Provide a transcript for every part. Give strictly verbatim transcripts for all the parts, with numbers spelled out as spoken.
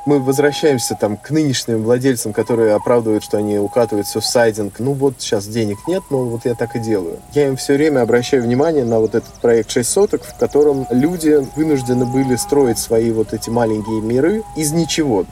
Мы возвращаемся там к нынешним владельцам, которые оправдывают, что они укатывают все в сайдинг. Ну вот, сейчас денег нет, но вот я так и делаю. Я им все время обращаю внимание на вот этот проект шесть соток, в котором люди вынуждены были строить свои вот эти маленькие миры из ничего.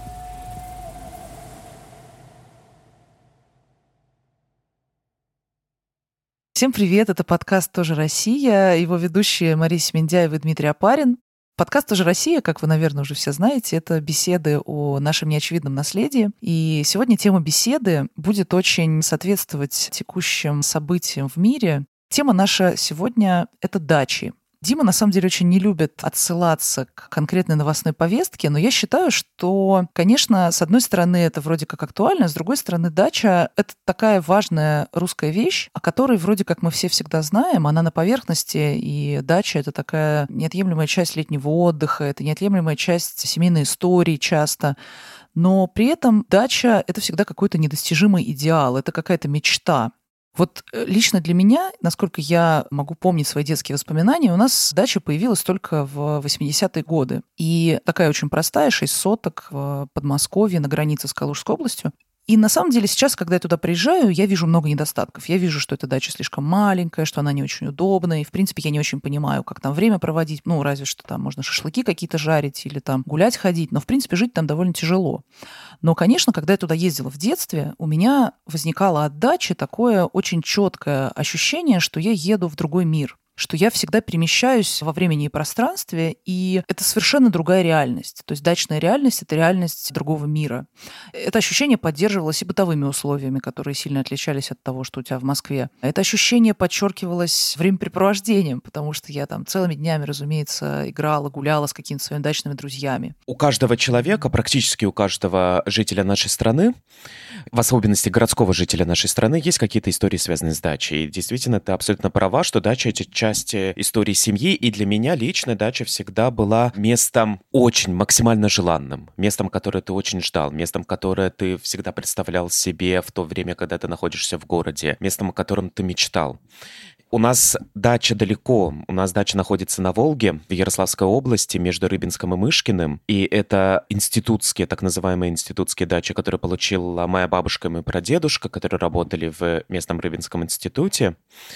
Всем привет, это подкаст «Тоже Россия», его ведущие Мария Семендяева и Дмитрий Опарин. Подкаст «Тоже Россия», как вы, наверное, уже все знаете, это беседы о нашем неочевидном наследии. И сегодня тема беседы будет очень соответствовать текущим событиям в мире. Тема наша сегодня — это дачи. Дима, на самом деле, очень не любит отсылаться к конкретной новостной повестке, но я считаю, что, конечно, с одной стороны, это вроде как актуально, с другой стороны, дача — это такая важная русская вещь, о которой вроде как мы все всегда знаем, она на поверхности, и дача — это такая неотъемлемая часть летнего отдыха, это неотъемлемая часть семейной истории часто. Но при этом дача — это всегда какой-то недостижимый идеал, это какая-то мечта. Вот лично для меня, насколько я могу помнить свои детские воспоминания, у нас дача появилась только в восьмидесятые годы. И такая очень простая, шесть соток в Подмосковье на границе с Калужской областью. И на самом деле сейчас, когда я туда приезжаю, я вижу много недостатков. Я вижу, что эта дача слишком маленькая, что она не очень удобная. И, в принципе, я не очень понимаю, как там время проводить. Ну, разве что там можно шашлыки какие-то жарить или там гулять ходить. Но, в принципе, жить там довольно тяжело. Но, конечно, когда я туда ездила в детстве, у меня возникало от дачи такое очень четкое ощущение, что я еду в другой мир, что я всегда перемещаюсь во времени и пространстве, и это совершенно другая реальность. То есть дачная реальность — это реальность другого мира. Это ощущение поддерживалось и бытовыми условиями, которые сильно отличались от того, что у тебя в Москве. Это ощущение подчеркивалось времяпрепровождением, потому что я там целыми днями, разумеется, играла, гуляла с какими-то своими дачными друзьями. У каждого человека, практически у каждого жителя нашей страны, в особенности городского жителя нашей страны, есть какие-то истории, связанные с дачей. И действительно, ты абсолютно права, что дача — это часть истории семьи, и для меня лично дача всегда была местом очень максимально желанным, местом, которое ты очень ждал, местом, которое ты всегда представлял себе в то время, когда ты находишься в городе, местом, о котором ты мечтал. У нас дача далеко. У нас дача находится на Волге, в Ярославской области, между Рыбинском и Мышкиным. И это институтские, так называемые институтские дачи, которые получила моя бабушка и мой прадедушка, которые работали в местном Рыбинском институте.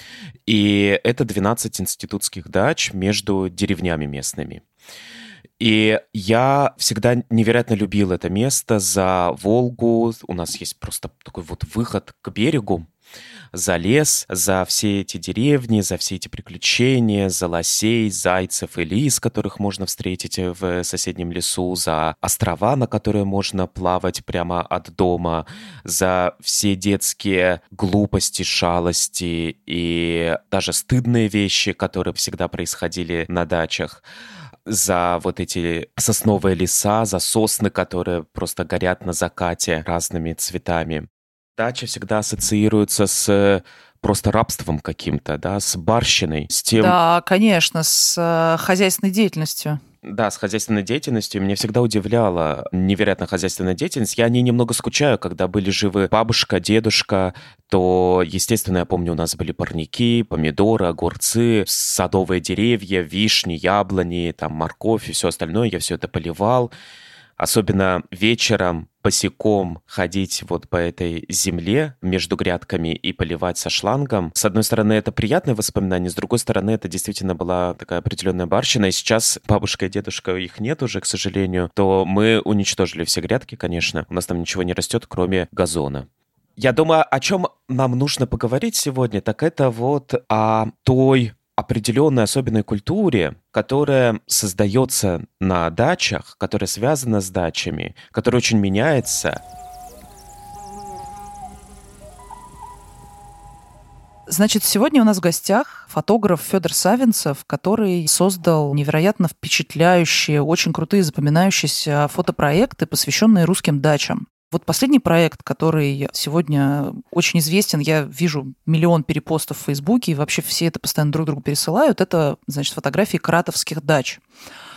И это двенадцать институтских дач между деревнями местными. И я всегда невероятно любил это место за Волгу. У нас есть просто такой вот выход к берегу, за лес, за все эти деревни, за все эти приключения, за лосей, зайцев и лис, которых можно встретить в соседнем лесу, за острова, на которые можно плавать прямо от дома, за все детские глупости, шалости и даже стыдные вещи, которые всегда происходили на дачах, за вот эти сосновые леса, за сосны, которые просто горят на закате разными цветами. Дача всегда ассоциируется с просто рабством каким-то, да, с барщиной, с тем... Да, конечно, с э, хозяйственной деятельностью. Да, с хозяйственной деятельностью. Меня всегда удивляла невероятно хозяйственная деятельность. Я о ней немного скучаю, когда были живы бабушка, дедушка, то, естественно, я помню, у нас были парники, помидоры, огурцы, садовые деревья, вишни, яблони, там, морковь и все остальное. Я все это поливал. Особенно вечером босиком ходить вот по этой земле между грядками и поливать со шлангом. С одной стороны, это приятное воспоминание, с другой стороны, это действительно была такая определенная барщина. И сейчас бабушка и дедушка, их нет уже, к сожалению, то мы уничтожили все грядки, конечно. У нас там ничего не растет, кроме газона. Я думаю, о чем нам нужно поговорить сегодня, так это вот о той определенной особенной культуре, которая создается на дачах, которая связана с дачами, которая очень меняется. Значит, сегодня у нас в гостях фотограф Федор Савинцев, который создал невероятно впечатляющие, очень крутые, запоминающиеся фотопроекты, посвященные русским дачам. Вот последний проект, который сегодня очень известен, я вижу миллион перепостов в Фейсбуке, и вообще все это постоянно друг другу пересылают, это, значит, фотографии кратовских дач.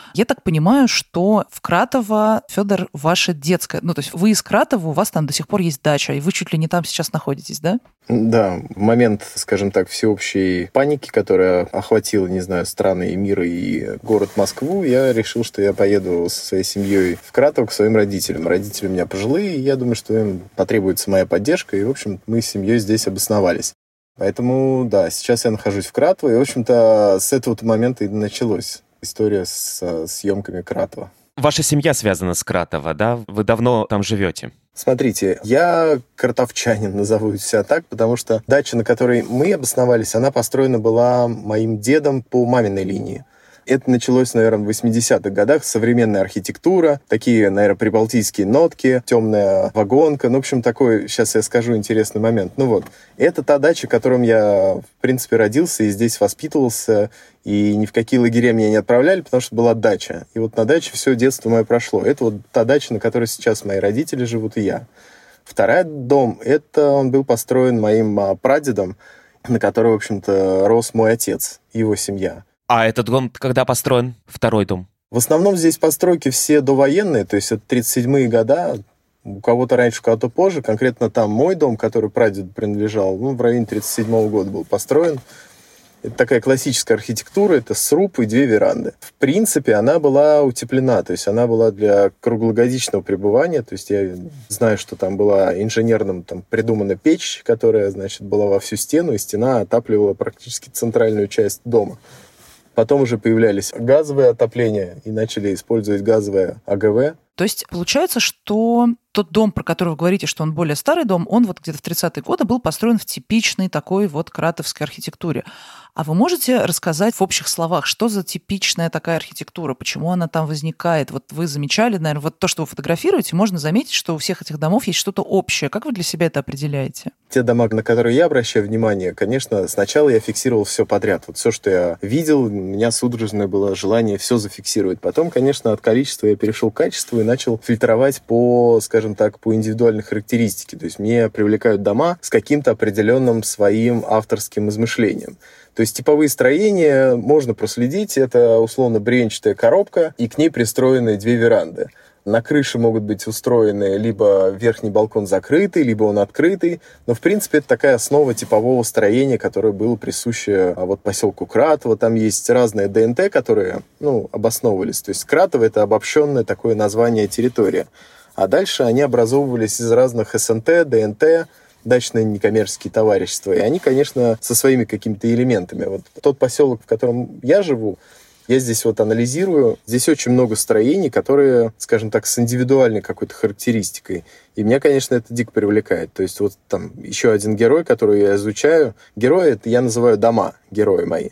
Я так понимаю, что в Кратово, Федор, ваша детская... Ну, то есть вы из Кратова, у вас там до сих пор есть дача, и вы чуть ли не там сейчас находитесь, да? Да, в момент, скажем так, всеобщей паники, которая охватила, не знаю, страны и мир, и город Москву, я решил, что я поеду со своей семьей в Кратово к своим родителям. Родители у меня пожилые, и я думаю, что им потребуется моя поддержка, и, в общем, мы с семьей здесь обосновались. Поэтому, да, сейчас я нахожусь в Кратово, и, в общем-то, с этого момента и началась история с съемками Кратова. Ваша семья связана с Кратово, да? Вы давно там живете? Смотрите, я кратовчанин, назову себя так, потому что дача, на которой мы обосновались, она построена была моим дедом по маминой линии. Это началось, наверное, в восьмидесятых годах. Современная архитектура, такие, наверное, прибалтийские нотки, темная вагонка. Ну, в общем, такой, сейчас я скажу, интересный момент. Ну вот, это та дача, в которой я, в принципе, родился и здесь воспитывался. И ни в какие лагеря меня не отправляли, потому что была дача. И вот на даче все детство мое прошло. Это вот та дача, на которой сейчас мои родители живут и я. Второй дом, это он был построен моим прадедом, на который, в общем-то, рос мой отец и его семья. А этот дом когда построен? Второй дом? В основном здесь постройки все довоенные, то есть это тридцать седьмые года, у кого-то раньше, у кого-то позже. Конкретно там мой дом, который прадеду принадлежал, ну, в районе тридцать седьмого года был построен. Это такая классическая архитектура, это сруб и две веранды. В принципе, она была утеплена, то есть она была для круглогодичного пребывания, то есть я знаю, что там была инженерным там придумана печь, которая, значит, была во всю стену, и стена отапливала практически центральную часть дома. Потом уже появлялись газовые отопления и начали использовать газовое А Гэ Вэ. То есть получается, что тот дом, про который вы говорите, что он более старый дом, он вот где-то в тридцатые годы был построен в типичной такой вот кратовской архитектуре. А вы можете рассказать в общих словах, что за типичная такая архитектура, почему она там возникает? Вот вы замечали, наверное, вот то, что вы фотографируете, можно заметить, что у всех этих домов есть что-то общее. Как вы для себя это определяете? Те дома, на которые я обращаю внимание, конечно, сначала я фиксировал все подряд. Вот все, что я видел, у меня судорожное было желание все зафиксировать. Потом, конечно, от количества я перешел к качеству и начал фильтровать по, скажем так, по индивидуальной характеристике. То есть мне привлекают дома с каким-то определенным своим авторским измышлением. То есть типовые строения можно проследить. Это условно бревенчатая коробка, и к ней пристроены две веранды. На крыше могут быть устроены либо верхний балкон закрытый, либо он открытый. Но, в принципе, это такая основа типового строения, которое было присуще а вот поселку Кратово. Там есть разные Дэ Эн Тэ, которые ну, обосновывались. То есть Кратово — это обобщенное такое название территории. А дальше они образовывались из разных Эс Эн Тэ, Дэ Эн Тэ, дачные некоммерческие товарищества. И они, конечно, со своими какими-то элементами. Вот тот поселок, в котором я живу, я здесь вот анализирую. Здесь очень много строений, которые, скажем так, с индивидуальной какой-то характеристикой. И меня, конечно, это дико привлекает. То есть вот там еще один герой, который я изучаю. Герои — это я называю дома, герои мои.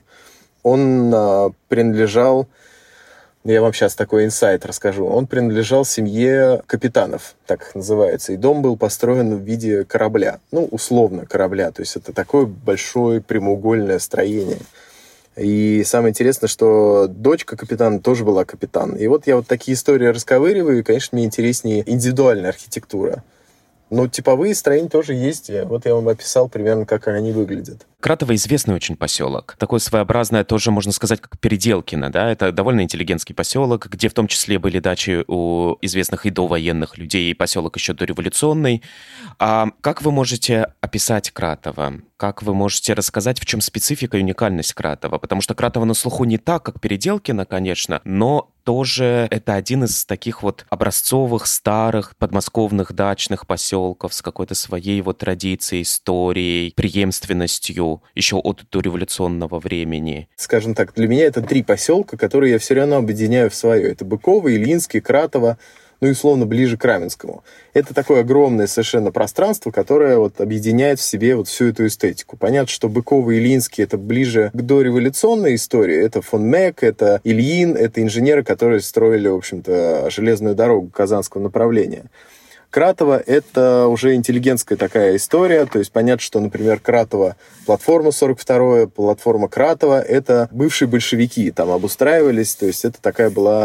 Он а, принадлежал... Я вам сейчас такой инсайт расскажу. Он принадлежал семье капитанов, так их называется. И дом был построен в виде корабля. Ну, условно корабля. То есть это такое большое прямоугольное строение. И самое интересное, что дочка капитана тоже была капитан. И вот я вот такие истории расковыриваю, и, конечно, мне интереснее индивидуальная архитектура. Но типовые строения тоже есть. Вот я вам описал примерно, как они выглядят. Кратово известный очень поселок. Такое своеобразное тоже, можно сказать, как Переделкино, да? Это довольно интеллигентский поселок, где в том числе были дачи у известных и довоенных людей, и поселок еще дореволюционный. А как вы можете описать Кратово? Как вы можете рассказать, в чем специфика и уникальность Кратова? Потому что Кратово на слуху не так, как Переделкино, конечно, но тоже это один из таких вот образцовых, старых, подмосковных дачных поселков с какой-то своей вот традицией, историей, преемственностью еще от дореволюционного времени. Скажем так, для меня это три поселка, которые я все равно объединяю в свое. Это Быково, Ильинский, Кратово, ну и условно ближе к Раменскому. Это такое огромное совершенно пространство, которое вот объединяет в себе вот всю эту эстетику. Понятно, что Быково и Ильинский — это ближе к дореволюционной истории. Это фон Мек, это Ильин, это инженеры, которые строили, в общем-то, железную дорогу казанского направления. Кратово — это уже интеллигентская такая история, то есть понятно, что, например, Кратово, платформа сорок вторая, платформа Кратово — это бывшие большевики, там обустраивались, то есть это такая была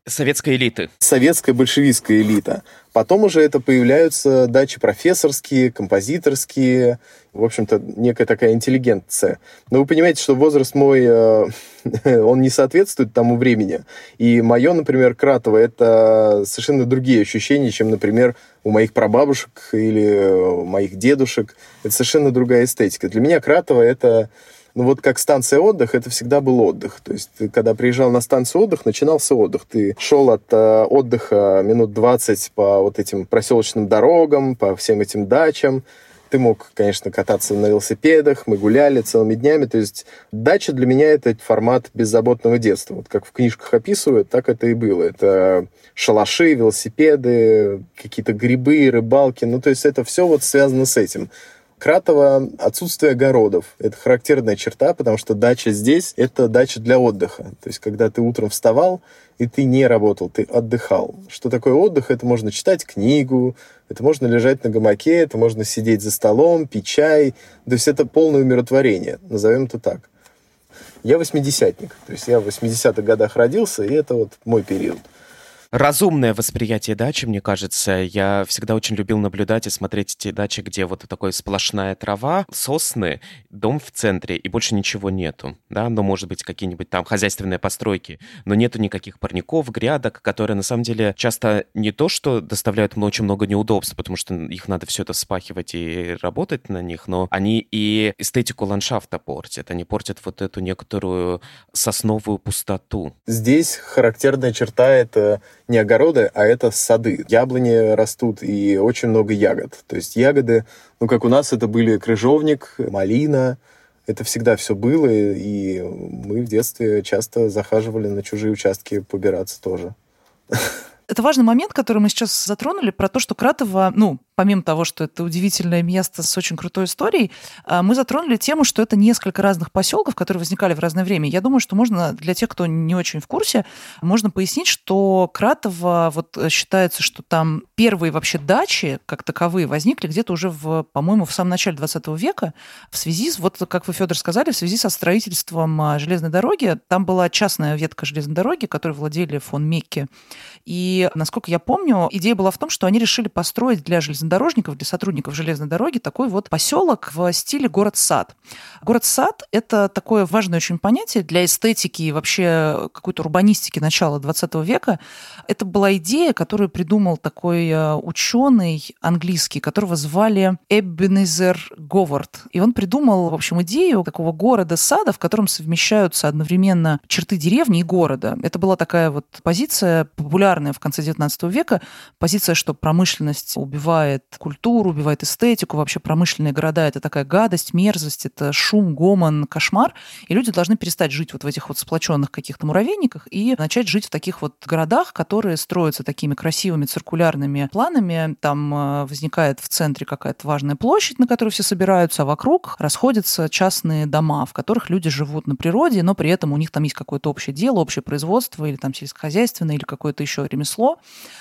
Советской элиты. Советская большевистская элита. Потом уже это появляются дачи профессорские, композиторские, в общем-то, некая такая интеллигенция. Но вы понимаете, что возраст мой, он не соответствует тому времени. И мое, например, Кратово, это совершенно другие ощущения, чем, например, у моих прабабушек или моих дедушек. Это совершенно другая эстетика. Для меня Кратово — это... Ну вот как станция отдыха, это всегда был отдых. То есть ты, когда приезжал на станцию отдыха, начинался отдых. Ты шел от э, отдыха минут двадцать по вот этим проселочным дорогам, по всем этим дачам. Ты мог, конечно, кататься на велосипедах, мы гуляли целыми днями. То есть дача для меня — это формат беззаботного детства. Вот как в книжках описывают, так это и было. Это шалаши, велосипеды, какие-то грибы, рыбалки. Ну то есть это все вот связано с этим. Кратово — отсутствие огородов. Это характерная черта, потому что дача здесь — это дача для отдыха. То есть, когда ты утром вставал, и ты не работал, ты отдыхал. Что такое отдых? Это можно читать книгу, это можно лежать на гамаке, это можно сидеть за столом, пить чай. То есть, это полное умиротворение, назовем это так. Я восьмидесятник, то есть, я в восьмидесятых годах родился, и это вот мой период. Разумное восприятие дачи, мне кажется. Я всегда очень любил наблюдать и смотреть те дачи, где вот такая сплошная трава, сосны, дом в центре, и больше ничего нету. Да? Ну, может быть, какие-нибудь там хозяйственные постройки, но нету никаких парников, грядок, которые на самом деле часто не то, что доставляют очень много неудобств, потому что их надо все это вспахивать и работать на них, но они и эстетику ландшафта портят. Они портят вот эту некоторую сосновую пустоту. Здесь характерная черта — это не огороды, а это сады. Яблони растут и очень много ягод. То есть ягоды, ну, как у нас, это были крыжовник, малина. Это всегда все было, и мы в детстве часто захаживали на чужие участки побираться тоже. Это важный момент, который мы сейчас затронули, про то, что Кратово, ну, помимо того, что это удивительное место с очень крутой историей, мы затронули тему, что это несколько разных поселков, которые возникали в разное время. Я думаю, что можно, для тех, кто не очень в курсе, можно пояснить, что Кратово, вот считается, что там первые вообще дачи, как таковые, возникли где-то уже, в, по-моему, в самом начале двадцатого века в связи с, вот как вы, Федор, сказали, в связи со строительством железной дороги. Там была частная ветка железной дороги, которой владели фон Мекке. И, насколько я помню, идея была в том, что они решили построить для железнодорожников, для сотрудников железной дороги такой вот поселок в стиле город-сад. Город-сад — это такое важное очень понятие для эстетики и вообще какой-то урбанистики начала двадцатого века. Это была идея, которую придумал такой ученый английский, которого звали Эббенезер Говард. И он придумал, в общем, идею такого города-сада, в котором совмещаются одновременно черты деревни и города. Это была такая вот позиция популярная в конце девятнадцатого века, позиция, что промышленность убивает культуру, убивает эстетику, вообще промышленные города — это такая гадость, мерзость, это шум, гомон, кошмар, и люди должны перестать жить вот в этих вот сплоченных каких-то муравейниках и начать жить в таких вот городах, которые строятся такими красивыми циркулярными планами. Там возникает в центре какая-то важная площадь, на которой все собираются, а вокруг расходятся частные дома, в которых люди живут на природе, но при этом у них там есть какое-то общее дело, общее производство или там сельскохозяйственное, или какое-то еще ремесло.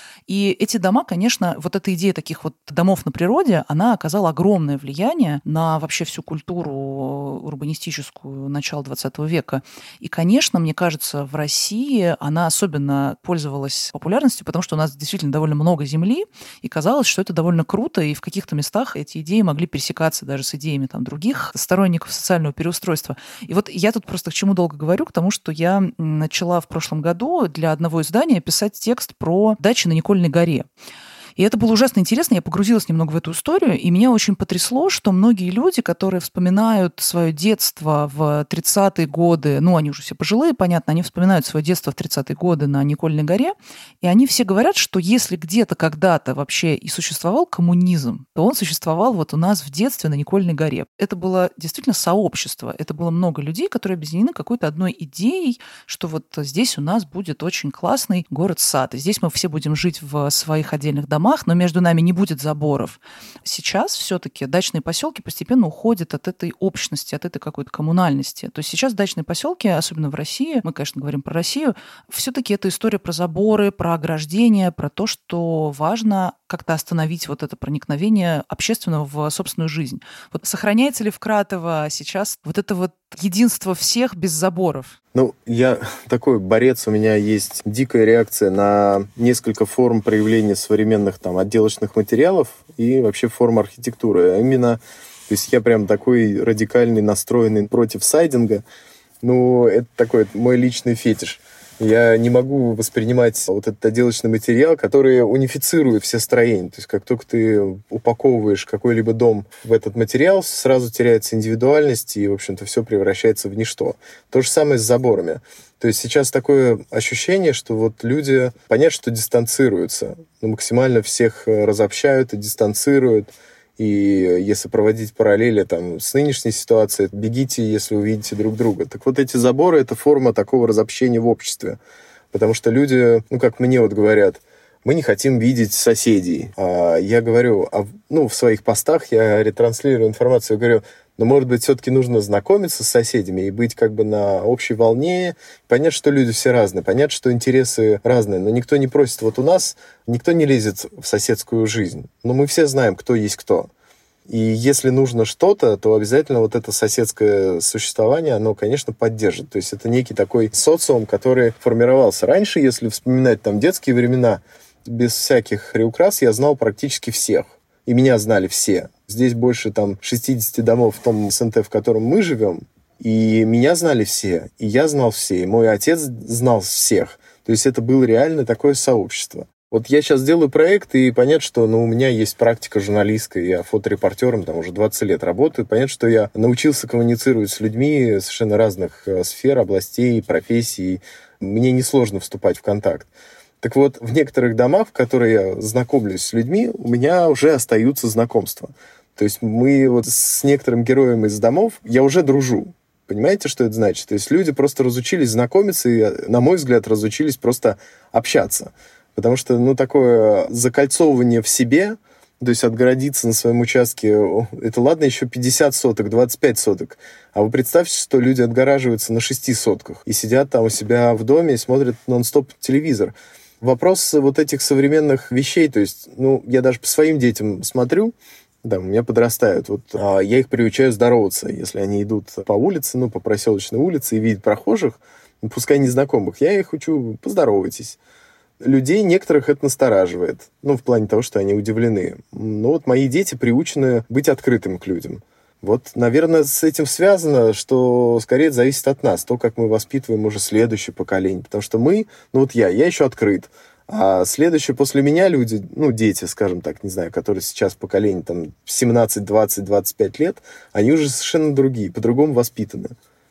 И эти дома, конечно, вот эта идея таких вот домов на природе, она оказала огромное влияние на вообще всю культуру урбанистическую начала двадцатого века. И, конечно, мне кажется, в России она особенно пользовалась популярностью, потому что у нас действительно довольно много земли, и казалось, что это довольно круто, и в каких-то местах эти идеи могли пересекаться даже с идеями там других сторонников социального переустройства. И вот я тут просто к чему долго говорю, к тому, что я начала в прошлом году для одного издания писать текст про дачи на Никольной горе. И это было ужасно интересно, я погрузилась немного в эту историю, и меня очень потрясло, что многие люди, которые вспоминают свое детство в тридцатые годы, ну, они уже все пожилые, понятно, они вспоминают свое детство в тридцатые годы на Никольной горе, и они все говорят, что если где-то когда-то вообще и существовал коммунизм, то он существовал вот у нас в детстве на Никольной горе. Это было действительно сообщество, это было много людей, которые объединены какой-то одной идеей, что вот здесь у нас будет очень классный город-сад, и здесь мы все будем жить в своих отдельных домах, но между нами не будет заборов. Сейчас все-таки дачные поселки постепенно уходят от этой общности, от этой какой-то коммунальности. То есть сейчас дачные поселки, особенно в России, мы, конечно, говорим про Россию, все-таки это история про заборы, про ограждения, про то, что важно как-то остановить вот это проникновение общественного в собственную жизнь. Вот сохраняется ли в Кратово сейчас вот эта вот единство всех без заборов? Ну, я такой борец, у меня есть дикая реакция на несколько форм проявления современных там отделочных материалов и вообще форм архитектуры. А именно, то есть я прям такой радикальный, настроенный против сайдинга. Ну, это такой мой личный фетиш. Я не могу воспринимать вот этот отделочный материал, который унифицирует все строения. То есть как только ты упаковываешь какой-либо дом в этот материал, сразу теряется индивидуальность, и, в общем-то, все превращается в ничто. То же самое с заборами. То есть сейчас такое ощущение, что вот люди, понятно, что дистанцируются, но максимально всех разобщают и дистанцируют. И если проводить параллели там, с нынешней ситуацией, бегите, если увидите друг друга. Так вот эти заборы — это форма такого разобщения в обществе. Потому что люди, ну, как мне вот говорят, мы не хотим видеть соседей. А я говорю, а, ну, в своих постах я ретранслирую информацию, я говорю, но, может быть, все-таки нужно знакомиться с соседями и быть как бы на общей волне. Понятно, что люди все разные, понятно, что интересы разные, но никто не просит. Вот у нас никто не лезет в соседскую жизнь. Но мы все знаем, кто есть кто. И если нужно что-то, то обязательно вот это соседское существование, оно, конечно, поддержит. То есть это некий такой социум, который формировался. Раньше, если вспоминать там детские времена, без всяких приукрас я знал практически всех. И меня знали все. Здесь больше там шестьдесят домов в том СНТ, в котором мы живем. И меня знали все, и я знал все, и мой отец знал всех. То есть это было реально такое сообщество. Вот я сейчас делаю проект, и понятно, что ну, у меня есть практика журналистская, я фоторепортером там уже двадцать лет работаю. Понятно, что я научился коммуницировать с людьми совершенно разных сфер, областей, профессий. Мне несложно вступать в контакт. Так вот, в некоторых домах, в которые я знакомлюсь с людьми, у меня уже остаются знакомства. То есть мы вот с некоторым героем из домов, я уже дружу. Понимаете, что это значит? То есть люди просто разучились знакомиться и, на мой взгляд, разучились просто общаться. Потому что, ну, такое закольцовывание в себе, то есть отгородиться на своем участке, это ладно еще пятьдесят соток, двадцать пять соток. А вы представьте, что люди отгораживаются на шести сотках и сидят там у себя в доме и смотрят нон-стоп телевизор. Вопрос вот этих современных вещей, то есть, ну, я даже по своим детям смотрю, да, у меня подрастают, вот а, я их приучаю здороваться, если они идут по улице, ну, по проселочной улице и видят прохожих, ну, пускай незнакомых, я их учу, поздоровайтесь. Людей некоторых это настораживает, ну, в плане того, что они удивлены. Но вот мои дети приучены быть открытым к людям. Вот, наверное, с этим связано, что скорее это зависит от нас, то, как мы воспитываем уже следующее поколение. Потому что мы, ну вот я, я еще открыт, а следующие после меня люди, ну, дети, скажем так, не знаю, которые сейчас поколение там семнадцать, двадцать, двадцать пять лет, они уже совершенно другие, по-другому воспитаны.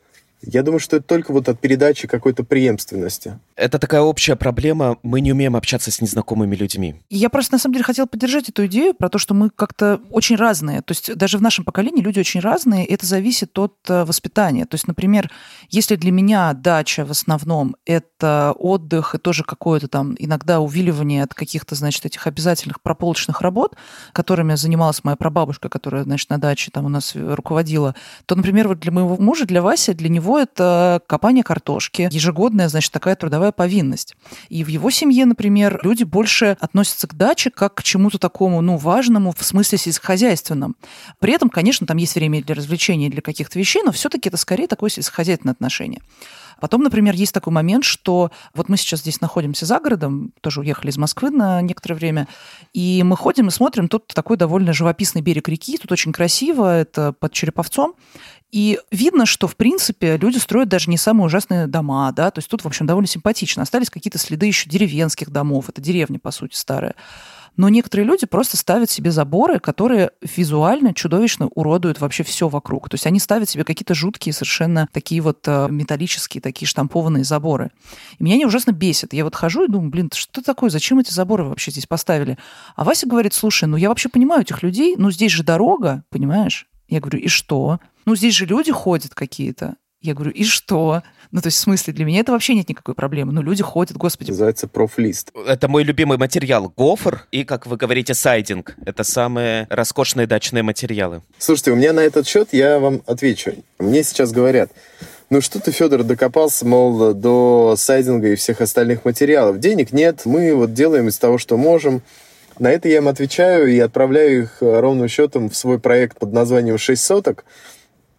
Я думаю, что это только вот от передачи какой-то преемственности. Это такая общая проблема. Мы не умеем общаться с незнакомыми людьми. Я просто, на самом деле, хотела поддержать эту идею про то, что мы как-то очень разные. То есть даже в нашем поколении люди очень разные, и это зависит от воспитания. То есть, например, если для меня дача в основном это отдых и тоже какое-то там иногда увиливание от каких-то, значит, этих обязательных прополочных работ, которыми занималась моя прабабушка, которая, значит, на даче там у нас руководила, то, например, вот для моего мужа, для Васи, для него это копание картошки, ежегодная, значит, такая трудовая повинность. И в его семье, например, люди больше относятся к даче как к чему-то такому, ну, важному в смысле сельскохозяйственном. При этом, конечно, там есть время для развлечений, для каких-то вещей, но все-таки это скорее такое сельскохозяйственное отношение. Потом, например, есть такой момент, что вот мы сейчас здесь находимся за городом, тоже уехали из Москвы на некоторое время, и мы ходим и смотрим, тут такой довольно живописный берег реки, тут очень красиво, это под Череповцом, и видно, что, в принципе, люди строят даже не самые ужасные дома, да, то есть тут, в общем, довольно симпатично. Остались какие-то следы еще деревенских домов, это деревня, по сути, старая. Но некоторые люди просто ставят себе заборы, которые визуально чудовищно уродуют вообще все вокруг. То есть они ставят себе какие-то жуткие совершенно такие вот металлические, такие штампованные заборы. И меня они ужасно бесят. Я вот хожу и думаю, блин, что такое, зачем эти заборы вообще здесь поставили? А Вася говорит, слушай, ну я вообще понимаю этих людей, ну здесь же дорога, понимаешь? Я говорю, и что? Ну здесь же люди ходят какие-то. Я говорю, и что? Ну, то есть, в смысле, для меня это вообще нет никакой проблемы. Ну, люди ходят, господи. Называется профлист. Это мой любимый материал. Гофр и, как вы говорите, сайдинг. Это самые роскошные дачные материалы. Слушайте, у меня на этот счет я вам отвечу. Мне сейчас говорят, ну что ты, Федор, докопался, мол, до сайдинга и всех остальных материалов. Денег нет, мы вот делаем из того, что можем. На это я им отвечаю и отправляю их ровным счетом в свой проект под названием «шесть соток».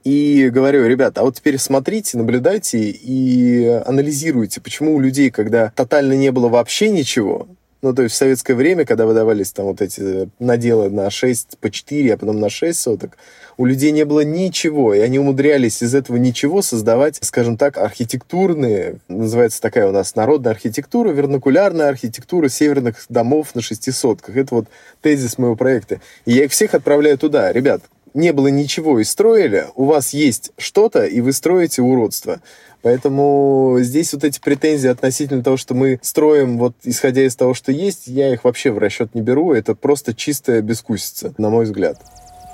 И говорю, ребята, а вот теперь смотрите, наблюдайте и анализируйте, почему у людей, когда тотально не было вообще ничего, ну, то есть в советское время, когда выдавались там вот эти наделы на шесть по четыре, а потом на шесть соток, у людей не было ничего, и они умудрялись из этого ничего создавать, скажем так, архитектурные, называется такая у нас народная архитектура, вернакулярная архитектура северных домов на шести сотках. Это вот тезис моего проекта. И я их всех отправляю туда. Ребят, не было ничего и строили, у вас есть что-то, и вы строите уродство. Поэтому здесь вот эти претензии относительно того, что мы строим, вот исходя из того, что есть, я их вообще в расчет не беру. Это просто чистая бескусица, на мой взгляд.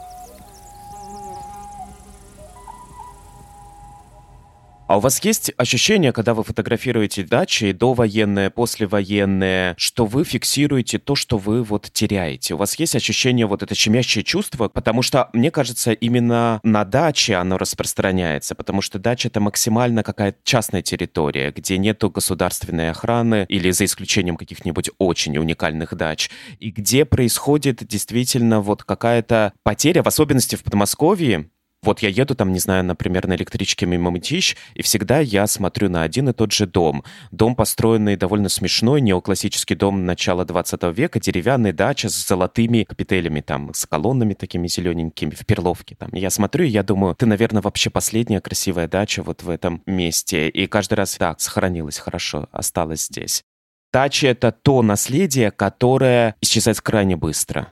А у вас есть ощущение, когда вы фотографируете дачи, довоенные, послевоенные, что вы фиксируете то, что вы вот теряете? У вас есть ощущение вот это щемящее чувство? Потому что, мне кажется, именно на даче оно распространяется, потому что дача — это максимально какая-то частная территория, где нету государственной охраны или за исключением каких-нибудь очень уникальных дач, и где происходит действительно вот какая-то потеря, в особенности в Подмосковье. Вот я еду там, не знаю, например, на электричке мимо Мытищ, и всегда я смотрю на один и тот же дом. Дом, построенный довольно смешной, неоклассический дом начала двадцатого века, деревянная дача с золотыми капителями, там, с колоннами такими зелененькими в перловке. Там. И я смотрю, и я думаю, ты, наверное, вообще последняя красивая дача вот в этом месте. И каждый раз, да, сохранилась хорошо, осталась здесь. Дача — это то наследие, которое исчезает крайне быстро.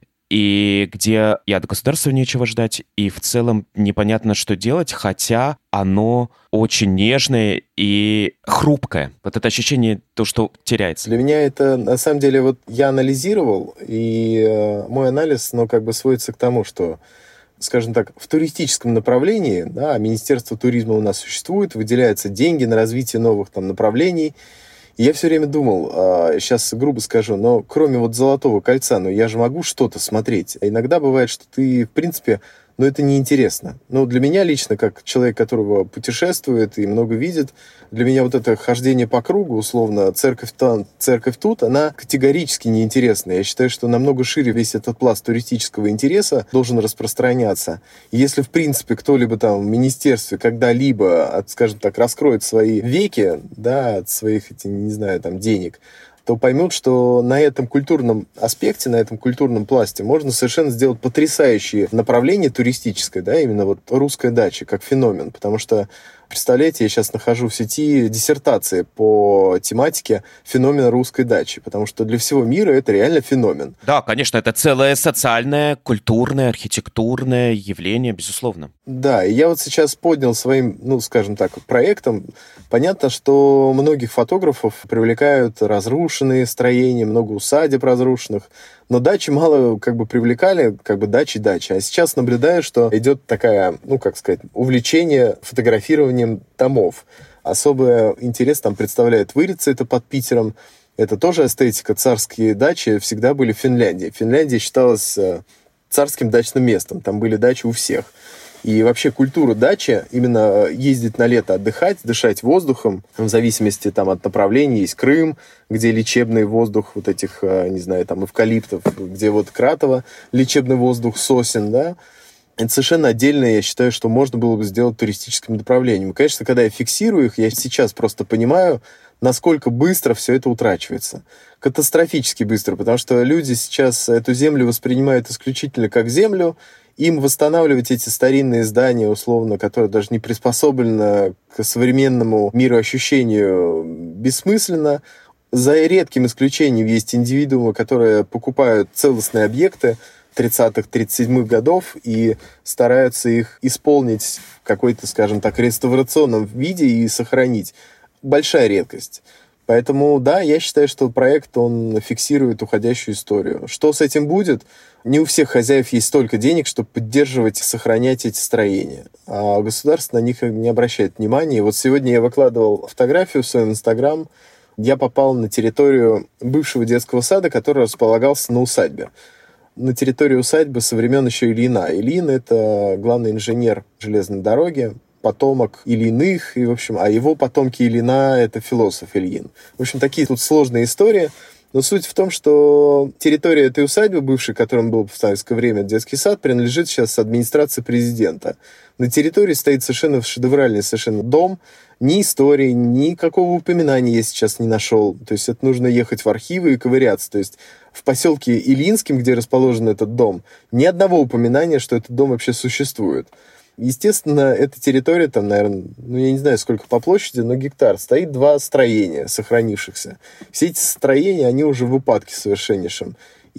И где и от государства нечего ждать, и в целом непонятно, что делать, хотя оно очень нежное и хрупкое. Вот это ощущение, то, что теряется. Для меня это, на самом деле, вот я анализировал, и э, мой анализ, ну, как бы сводится к тому, что, скажем так, в туристическом направлении, да, Министерство туризма у нас существует, выделяются деньги на развитие новых там направлений. И я все время думал, а, сейчас грубо скажу, но кроме вот Золотого кольца, ну я же могу что-то смотреть. А иногда бывает, что ты, в принципе, ну это неинтересно. Но для меня лично, как человек, которого путешествует и много видит, для меня вот это хождение по кругу, условно, церковь там, церковь тут, она категорически неинтересна. Я считаю, что намного шире весь этот пласт туристического интереса должен распространяться. И если, в принципе, кто-либо там в министерстве когда-либо, скажем так, раскроет свои веки, да, от своих, не знаю, там, денег, то поймет, что на этом культурном аспекте, на этом культурном пласте можно совершенно сделать потрясающее направление туристическое, да, именно вот русская дача как феномен, потому что, представляете, я сейчас нахожу в сети диссертации по тематике феномена русской дачи, потому что для всего мира это реально феномен. Да, конечно, это целое социальное, культурное, архитектурное явление, безусловно. Да, и я вот сейчас поднял своим, ну, скажем так, проектом. Понятно, что многих фотографов привлекают разрушенные строения, много усадеб разрушенных, но дачи мало как бы привлекали, как бы дачи-дачи. А сейчас наблюдаю, что идет такая, ну, как сказать, увлечение фотографированием домов. Особый интерес там представляет Вырица, это под Питером. Это тоже эстетика. Царские дачи всегда были в Финляндии. Финляндия считалась царским дачным местом. Там были дачи у всех. И вообще культура дачи, именно ездить на лето отдыхать, дышать воздухом, в зависимости там, от направления, есть Крым, где лечебный воздух вот этих, не знаю, там эвкалиптов, где вот Кратово, лечебный воздух сосен, да. Это совершенно отдельно, я считаю, что можно было бы сделать туристическим направлением. И, конечно, когда я фиксирую их, я сейчас просто понимаю, насколько быстро все это утрачивается. Катастрофически быстро, потому что люди сейчас эту землю воспринимают исключительно как землю. Им восстанавливать эти старинные здания, условно, которые даже не приспособлены к современному мироощущению, бессмысленно. За редким исключением есть индивидуумы, которые покупают целостные объекты тридцатых тридцать седьмых годов и стараются их исполнить в какой-то, скажем так, реставрационном виде и сохранить. Большая редкость. Поэтому, да, я считаю, что проект, он фиксирует уходящую историю. Что с этим будет? Не у всех хозяев есть столько денег, чтобы поддерживать и сохранять эти строения. А государство на них не обращает внимания. И вот сегодня я выкладывал фотографию в своем Инстаграм. Я попал на территорию бывшего детского сада, который располагался на усадьбе. На территории усадьбы со времен еще Ильина. Ильин — это главный инженер железной дороги, потомок Ильиных, и, в общем, а его потомки Ильина — это философ Ильин. В общем, такие тут сложные истории. Но суть в том, что территория этой усадьбы, бывшей, которым был в советское время детский сад, принадлежит сейчас администрации президента. На территории стоит совершенно шедевральный совершенно дом. Ни истории, никакого упоминания я сейчас не нашел. То есть это нужно ехать в архивы и ковыряться. То есть в поселке Илинском, где расположен этот дом, ни одного упоминания, что этот дом вообще существует. Естественно, эта территория, там, наверное, ну, я не знаю, сколько по площади, но гектар, стоит два строения сохранившихся. Все эти строения, они уже в упадке совершеннейшем.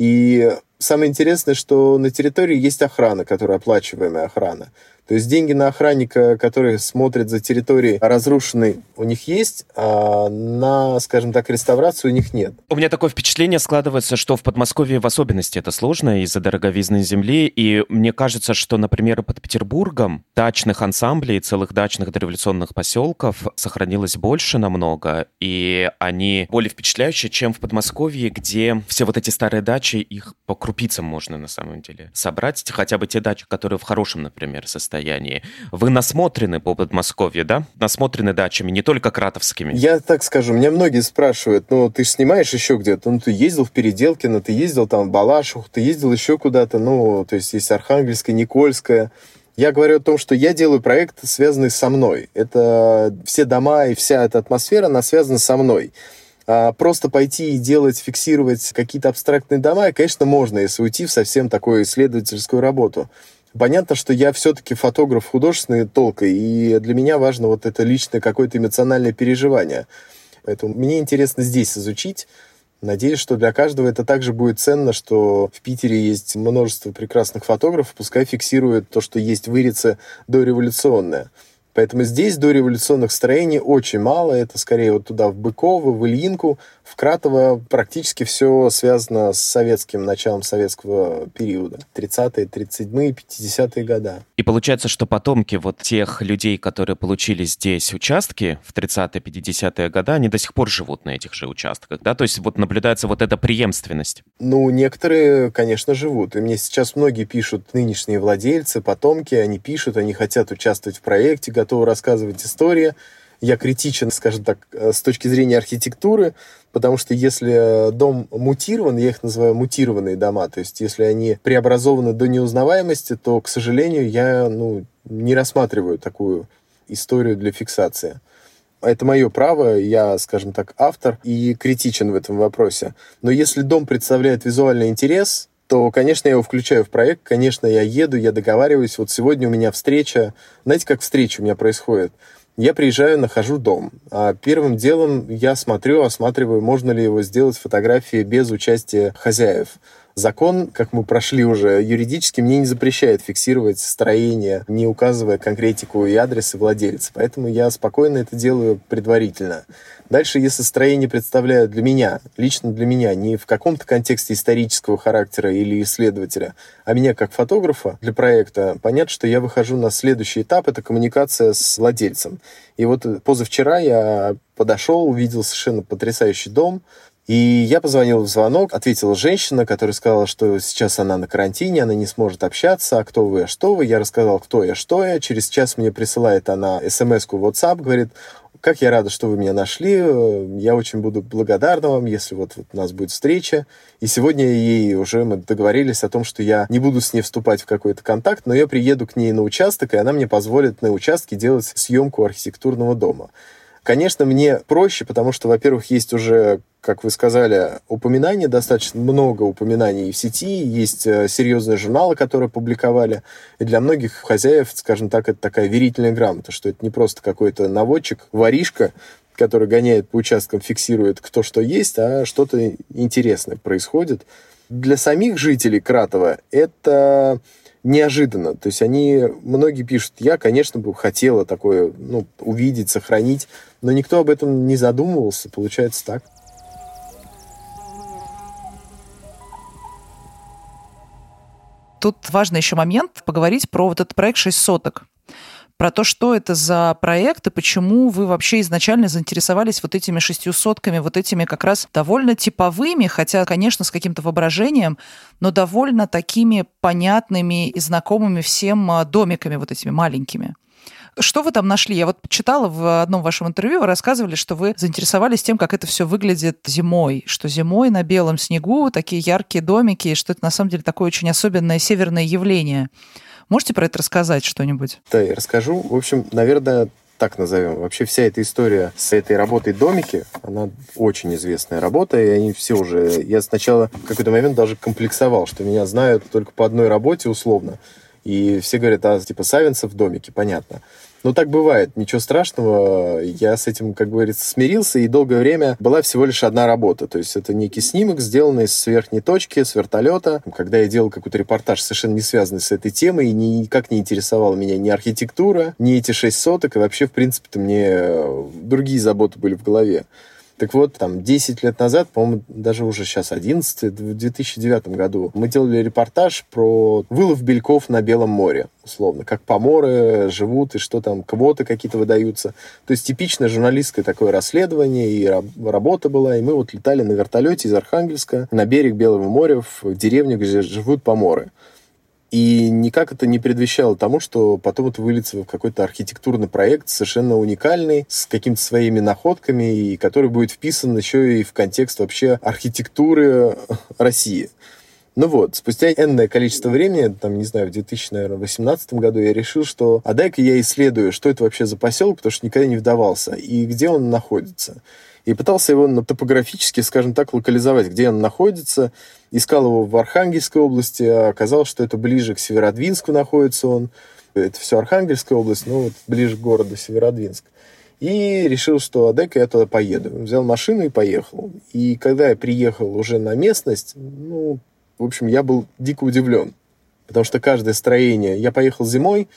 И самое интересное, что на территории есть охрана, которая оплачиваемая охрана. То есть деньги на охранника, который смотрит за территорией разрушенной, у них есть, а на, скажем так, реставрацию у них нет. У меня такое впечатление складывается, что в Подмосковье в особенности это сложно из-за дороговизны земли, и мне кажется, что, например, под Петербургом дачных ансамблей, целых дачных дореволюционных поселков сохранилось больше намного, и они более впечатляющие, чем в Подмосковье, где все вот эти старые дачи, их по крупицам можно на самом деле собрать, хотя бы те дачи, которые в хорошем, например, состоянии. Вы насмотрены по Подмосковью, да? Насмотрены дачами, не только кратовскими. Я так скажу, меня многие спрашивают, ну, ты же снимаешь еще где-то, ну, ты ездил в Переделкино, ты ездил там в Балашиху, ты ездил еще куда-то, ну, то есть есть Архангельская, Никольская. Я говорю о том, что я делаю проект, связанный со мной. Это все дома и вся эта атмосфера, она связана со мной. А просто пойти и делать, фиксировать какие-то абстрактные дома, конечно, можно, если уйти в совсем такую исследовательскую работу. Понятно, что я все-таки фотограф художественный толка, и для меня важно вот это личное какое-то эмоциональное переживание. Поэтому мне интересно здесь изучить. Надеюсь, что для каждого это также будет ценно, что в Питере есть множество прекрасных фотографов, пускай фиксируют то, что есть в Ирице дореволюционное. Поэтому здесь дореволюционных строений очень мало. Это скорее вот туда, в Быково, в Ильинку, в Кратово. Практически все связано с советским, началом советского периода. тридцатые, тридцать седьмые, пятидесятые года. И получается, что потомки вот тех людей, которые получили здесь участки в тридцатые, пятидесятые годы, они до сих пор живут на этих же участках, да? То есть вот наблюдается вот эта преемственность. Ну, некоторые, конечно, живут. И мне сейчас многие пишут, нынешние владельцы, потомки, они пишут, они хотят участвовать в проекте, готовы рассказывать истории. Я критичен, скажем так, с точки зрения архитектуры, потому что если дом мутирован, я их называю мутированные дома, то есть если они преобразованы до неузнаваемости, то, к сожалению, я ну, не рассматриваю такую историю для фиксации. Это мое право, я, скажем так, автор и критичен в этом вопросе. Но если дом представляет визуальный интерес, то, конечно, я его включаю в проект, конечно, я еду, я договариваюсь. Вот сегодня у меня встреча, знаете, как встреча у меня происходит? Я приезжаю, нахожу дом. А первым делом я смотрю, осматриваю, можно ли его сделать фотографии без участия хозяев. Закон, как мы прошли уже юридически, мне не запрещает фиксировать строение, не указывая конкретику и адресы владельца. Поэтому я спокойно это делаю предварительно. Дальше, если строение представляют для меня, лично для меня, не в каком-то контексте исторического характера или исследователя, а меня как фотографа для проекта, понятно, что я выхожу на следующий этап, это коммуникация с владельцем. И вот позавчера я подошел, увидел совершенно потрясающий дом, и я позвонил в звонок, ответила женщина, которая сказала, что сейчас она на карантине, она не сможет общаться, а кто вы, а что вы. Я рассказал, кто я, что я. Через час мне присылает она смс-ку в WhatsApp, говорит, как я рада, что вы меня нашли, я очень буду благодарна вам, если вот, вот у нас будет встреча. И сегодня ей уже мы договорились о том, что я не буду с ней вступать в какой-то контакт, но я приеду к ней на участок, и она мне позволит на участке делать съемку архитектурного дома. Конечно, мне проще, потому что, во-первых, есть уже, как вы сказали, упоминания, достаточно много упоминаний в сети, есть серьезные журналы, которые публиковали, и для многих хозяев, скажем так, это такая верительная грамота, что это не просто какой-то наводчик, воришка, который гоняет по участкам, фиксирует кто что есть, а что-то интересное происходит. Для самих жителей Кратова это неожиданно. То есть они, многие пишут, я, конечно, бы хотела такое ну, увидеть, сохранить, но никто об этом не задумывался, получается так. Тут важный еще момент поговорить про вот этот проект «Шесть соток». Про то, что это за проект и почему вы вообще изначально заинтересовались вот этими шестью сотками, вот этими как раз довольно типовыми, хотя, конечно, с каким-то воображением, но довольно такими понятными и знакомыми всем домиками вот этими маленькими. Что вы там нашли? Я вот читала в одном вашем интервью, вы рассказывали, что вы заинтересовались тем, как это все выглядит зимой, что зимой на белом снегу такие яркие домики, что это на самом деле такое очень особенное северное явление. Можете про это рассказать что-нибудь? Да, я расскажу. В общем, наверное, так назовем. Вообще вся эта история с этой работой «Домики», она очень известная работа, и они все уже... Я сначала в какой-то момент даже комплексовал, что меня знают только по одной работе условно. И все говорят, а типа Савинцев в «Домике», понятно. Но так бывает, ничего страшного. Я с этим, как говорится, смирился, и долгое время была всего лишь одна работа. То есть это некий снимок, сделанный с верхней точки, с вертолета. Когда я делал какой-то репортаж, совершенно не связанный с этой темой, и никак не интересовала меня ни архитектура, ни эти шесть соток, и вообще, в принципе-то, мне другие заботы были в голове. Так вот, там, десять лет назад, по-моему, даже уже сейчас одиннадцать, в две тысячи девятом году, мы делали репортаж про вылов бельков на Белом море, условно, как поморы живут и что там, квоты какие-то выдаются. То есть типичное журналистское такое расследование, и работа была, и мы вот летали на вертолете из Архангельска на берег Белого моря, в деревню, где живут поморы. И никак это не предвещало тому, что потом это выльется в какой-то архитектурный проект, совершенно уникальный, с какими-то своими находками, и который будет вписан еще и в контекст вообще архитектуры России. Ну вот, спустя энное количество времени, там, не знаю, в две тысячи восемнадцатом году я решил, что а дай-ка я исследую, что это вообще за поселок, потому что никогда не вдавался, и где он находится. И пытался его ну, топографически, скажем так, локализовать, где он находится. Искал его в Архангельской области, а оказалось, что это ближе к Северодвинску находится он. Это все Архангельская область, но вот ближе к городу Северодвинск. И решил, что а дай-ка я туда поеду. Взял машину и поехал. И когда я приехал уже на местность, ну, в общем, я был дико удивлен. Потому что каждое строение... Я поехал зимой.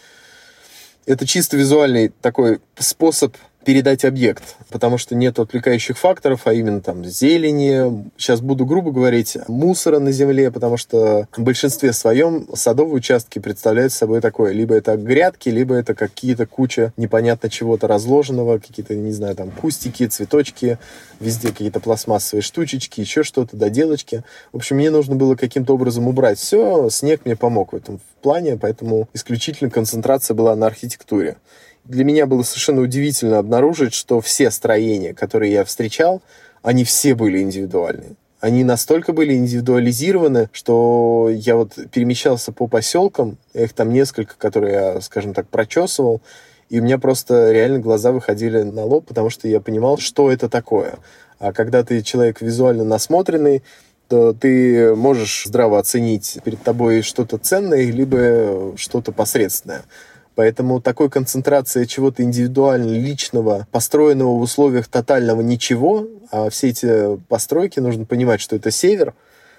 Это чисто визуальный такой способ передать объект, потому что нет отвлекающих факторов, а именно там зелени, сейчас буду грубо говорить, мусора на земле, потому что в большинстве своем садовые участки представляют собой такое, либо это грядки, либо это какие-то куча непонятно чего-то разложенного, какие-то, не знаю, там кустики, цветочки, везде какие-то пластмассовые штучечки, еще что-то, доделочки. В общем, мне нужно было каким-то образом убрать все, снег мне помог в этом плане, поэтому исключительно концентрация была на архитектуре. Для меня было совершенно удивительно обнаружить, что все строения, которые я встречал, они все были индивидуальны. Они настолько были индивидуализированы, что я вот перемещался по поселкам, их там несколько, которые я, скажем так, прочесывал, и у меня просто реально глаза выходили на лоб, потому что я понимал, что это такое. А когда ты человек визуально насмотренный, то ты можешь здраво оценить перед тобой что-то ценное, либо что-то посредственное. Поэтому такой концентрация чего-то индивидуально личного, построенного в условиях тотального ничего, а все эти постройки, нужно понимать, что это север,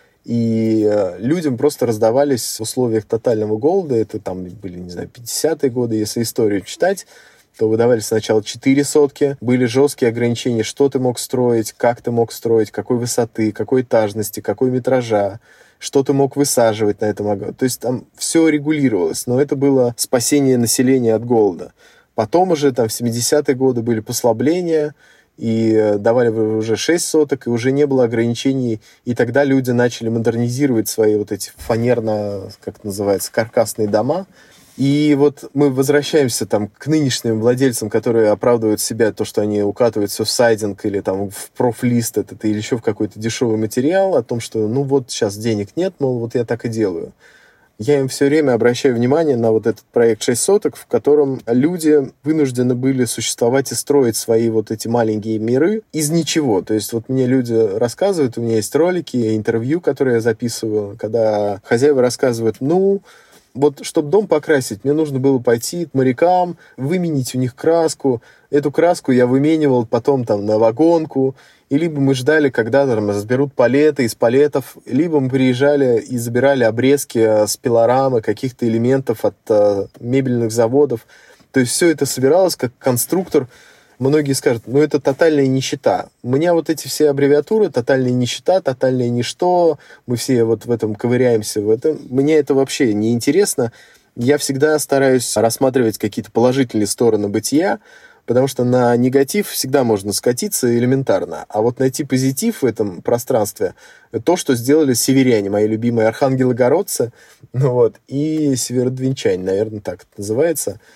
и людям просто раздавались в условиях тотального голода, это там были, не знаю, пятидесятые годы, если историю читать, то выдавали сначала четыре сотки, были жесткие ограничения, что ты мог строить, как ты мог строить, какой высоты, какой этажности, какой метража, что ты мог высаживать на этом огороде. То есть там все регулировалось, но это было спасение населения от голода. Потом уже там в семидесятые годы были послабления, и давали уже шесть соток, и уже не было ограничений, и тогда люди начали модернизировать свои вот эти фанерно, как это называется, каркасные дома. И вот мы возвращаемся там к нынешним владельцам, которые оправдывают себя то, что они укатывают все в сайдинг или там в профлист этот, или еще в какой-то дешевый материал, о том, что ну вот сейчас денег нет, мол, вот я так и делаю. Я им все время обращаю внимание на вот этот проект шесть соток, в котором люди вынуждены были существовать и строить свои вот эти маленькие миры из ничего. То есть вот мне люди рассказывают, у меня есть ролики, интервью, которые я записываю, когда хозяева рассказывают, ну... Вот, чтобы дом покрасить, мне нужно было пойти к морякам, выменить у них краску. Эту краску я выменивал потом там на вагонку. И либо мы ждали, когда там разберут палеты из палетов, либо мы приезжали и забирали обрезки с пилорамы, каких-то элементов от э, мебельных заводов. То есть все это собиралось как конструктор. Многие скажут, ну это тотальная нищета. У меня вот эти все аббревиатуры, тотальная нищета, тотальное ничто, мы все вот в этом ковыряемся, в этом. Мне это вообще не интересно. Я всегда стараюсь рассматривать какие-то положительные стороны бытия, потому что на негатив всегда можно скатиться элементарно. А вот найти позитив в этом пространстве, то, что сделали северяне, мои любимые архангелогородцы, ну вот, и северодвинчане, наверное, так это называется.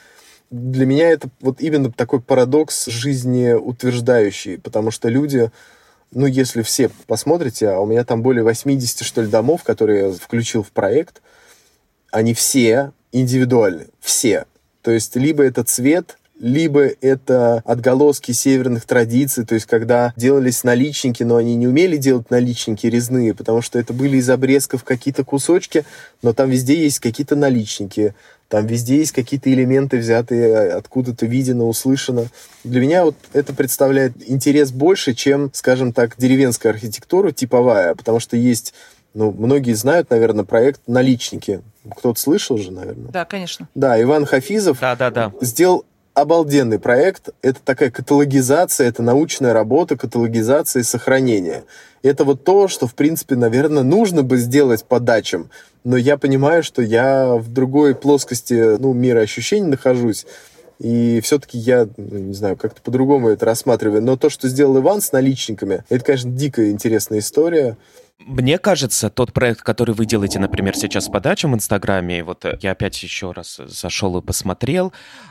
для меня это вот именно такой парадокс жизнеутверждающий, потому что люди, ну, если все посмотрите, а у меня там более восемьдесят, что ли, домов, которые я включил в проект, они все индивидуальны, все. То есть либо это цвет, либо это отголоски северных традиций, то есть когда делались наличники, но они не умели делать наличники резные, потому что это были из обрезков какие-то кусочки, но там везде есть какие-то наличники, там везде есть какие-то элементы, взятые откуда-то, видено, услышано. Для меня вот это представляет интерес больше, чем, скажем так, деревенская архитектура типовая, потому что есть, ну, многие знают, наверное, проект «Наличники». Кто-то слышал же, наверное? Да, конечно. Да, Иван Хафизов да, да, да. сделал обалденный проект. Это такая каталогизация, это научная работа, каталогизация и сохранение. Это вот то, что, в принципе, наверное, нужно бы сделать по дачам. Но я понимаю, что я в другой плоскости, ну, мира ощущений нахожусь. И все-таки я, ну, не знаю, как-то по-другому это рассматриваю. Но то, что сделал Иван с наличниками, это, конечно, дико интересная история. Мне кажется, тот проект, который вы делаете, например, сейчас по дачам в Инстаграме, вот я опять еще раз зашел и посмотрел,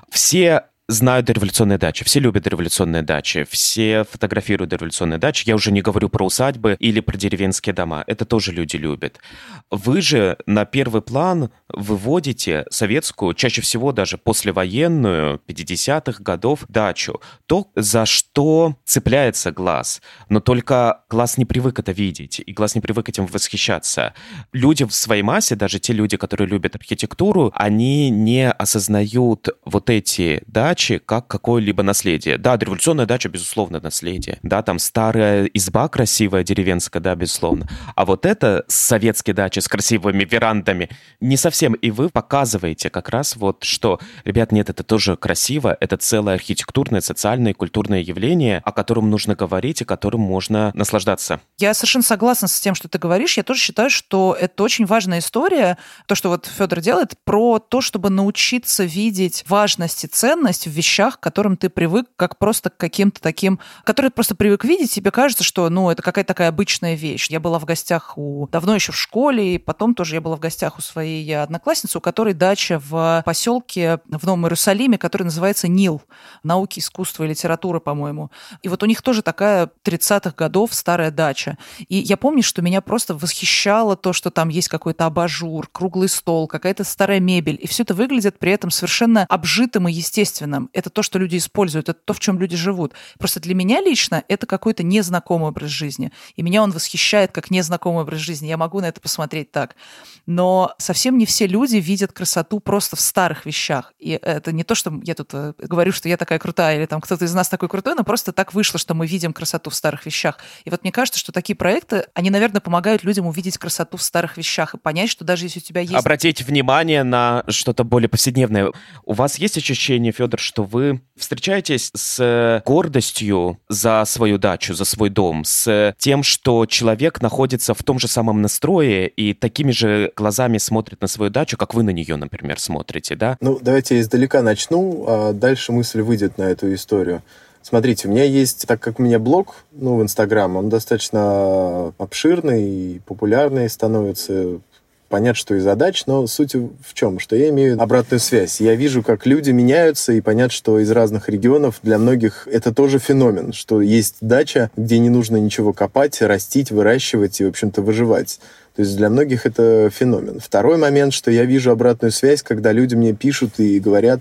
все знают дореволюционные дачи, все любят дореволюционные дачи, все фотографируют дореволюционные дачи. Я уже не говорю про усадьбы или про деревенские дома. Это тоже люди любят. Вы же на первый план выводите советскую, чаще всего даже послевоенную, пятидесятых годов дачу. То, за что цепляется глаз. Но только глаз не привык это видеть, и глаз не привык этим восхищаться. Люди в своей массе, даже те люди, которые любят архитектуру, они не осознают вот эти дачи как какое-либо наследие. Да, дореволюционная дача, безусловно, наследие. Да, там старая изба красивая, деревенская, да, безусловно. А вот это советские дачи с красивыми верандами не совсем. И вы показываете как раз вот, что, ребят, нет, это тоже красиво, это целое архитектурное, социальное и культурное явление, о котором нужно говорить и которым можно наслаждаться. Я совершенно согласна с тем, что ты говоришь. Я тоже считаю, что это очень важная история, то, что вот Федор делает, про то, чтобы научиться видеть важность и ценность в вещах, к которым ты привык, как просто к каким-то таким, которые ты просто привык видеть, тебе кажется, что, ну, это какая-то такая обычная вещь. Я была в гостях у, давно еще в школе, и потом тоже я была в гостях у своей одноклассницы, у которой дача в поселке в Новом Иерусалиме, который называется НИЛ, науки, искусства и литературы, по-моему. И вот у них тоже такая тридцатых годов старая дача. И я помню, что меня просто восхищало то, что там есть какой-то абажур, круглый стол, какая-то старая мебель, и все это выглядит при этом совершенно обжитым и естественным. Это то, что люди используют, это то, в чем люди живут. Просто для меня лично это какой-то незнакомый образ жизни. И меня он восхищает как незнакомый образ жизни. Я могу на это посмотреть так. Но совсем не все люди видят красоту просто в старых вещах. И это не то, что я тут говорю, что я такая крутая, или там кто-то из нас такой крутой, но просто так вышло, что мы видим красоту в старых вещах. И вот мне кажется, что такие проекты, они, наверное, помогают людям увидеть красоту в старых вещах и понять, что даже если у тебя есть... Обратить внимание на что-то более повседневное. У вас есть ощущение, Федор, что вы встречаетесь с гордостью за свою дачу, за свой дом, с тем, что человек находится в том же самом настрое и такими же глазами смотрит на свою дачу, как вы на нее, например, смотрите, да? Ну, давайте я издалека начну, а дальше мысль выйдет на эту историю. Смотрите, у меня есть, так как у меня блог, ну, в Инстаграм, он достаточно обширный и популярный становится. Понятно, что и задач, но суть в чем? Что я имею обратную связь. Я вижу, как люди меняются, и понятно, что из разных регионов для многих это тоже феномен, что есть дача, где не нужно ничего копать, растить, выращивать и, в общем-то, выживать. То есть для многих это феномен. Второй момент, что я вижу обратную связь, когда люди мне пишут и говорят: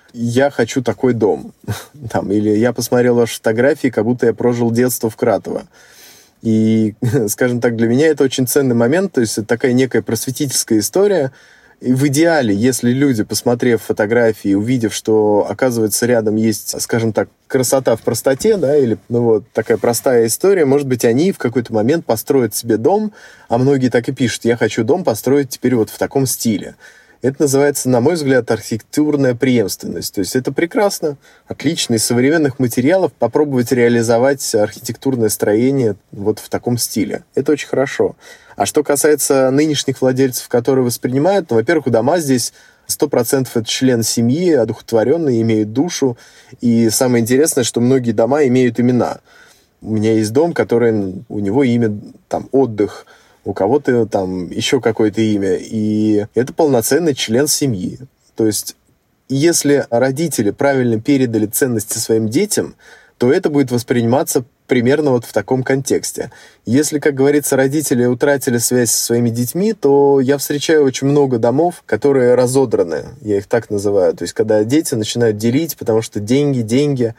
я хочу такой дом. Там, или я посмотрел ваши фотографии, как будто я прожил детство в Кратово. И, скажем так, для меня это очень ценный момент, то есть это такая некая просветительская история. И в идеале, если люди, посмотрев фотографии, увидев, что, оказывается, рядом есть, скажем так, красота в простоте, да, или, ну вот, такая простая история, может быть, они в какой-то момент построят себе дом, а многие так и пишут: я хочу дом построить теперь вот в таком стиле. Это называется, на мой взгляд, архитектурная преемственность. То есть это прекрасно, отлично. Из современных материалов попробовать реализовать архитектурное строение вот в таком стиле. Это очень хорошо. А что касается нынешних владельцев, которые воспринимают, ну, во-первых, дома здесь сто процентов это член семьи, одухотворенные, имеют душу. И самое интересное, что многие дома имеют имена. У меня есть дом, который, у него имя там «Отдых», у кого-то там еще какое-то имя, и это полноценный член семьи. То есть если родители правильно передали ценности своим детям, то это будет восприниматься примерно вот в таком контексте. Если, как говорится, родители утратили связь со своими детьми, то я встречаю очень много домов, которые разодраны, я их так называю. То есть, когда дети начинают делить, потому что деньги, деньги,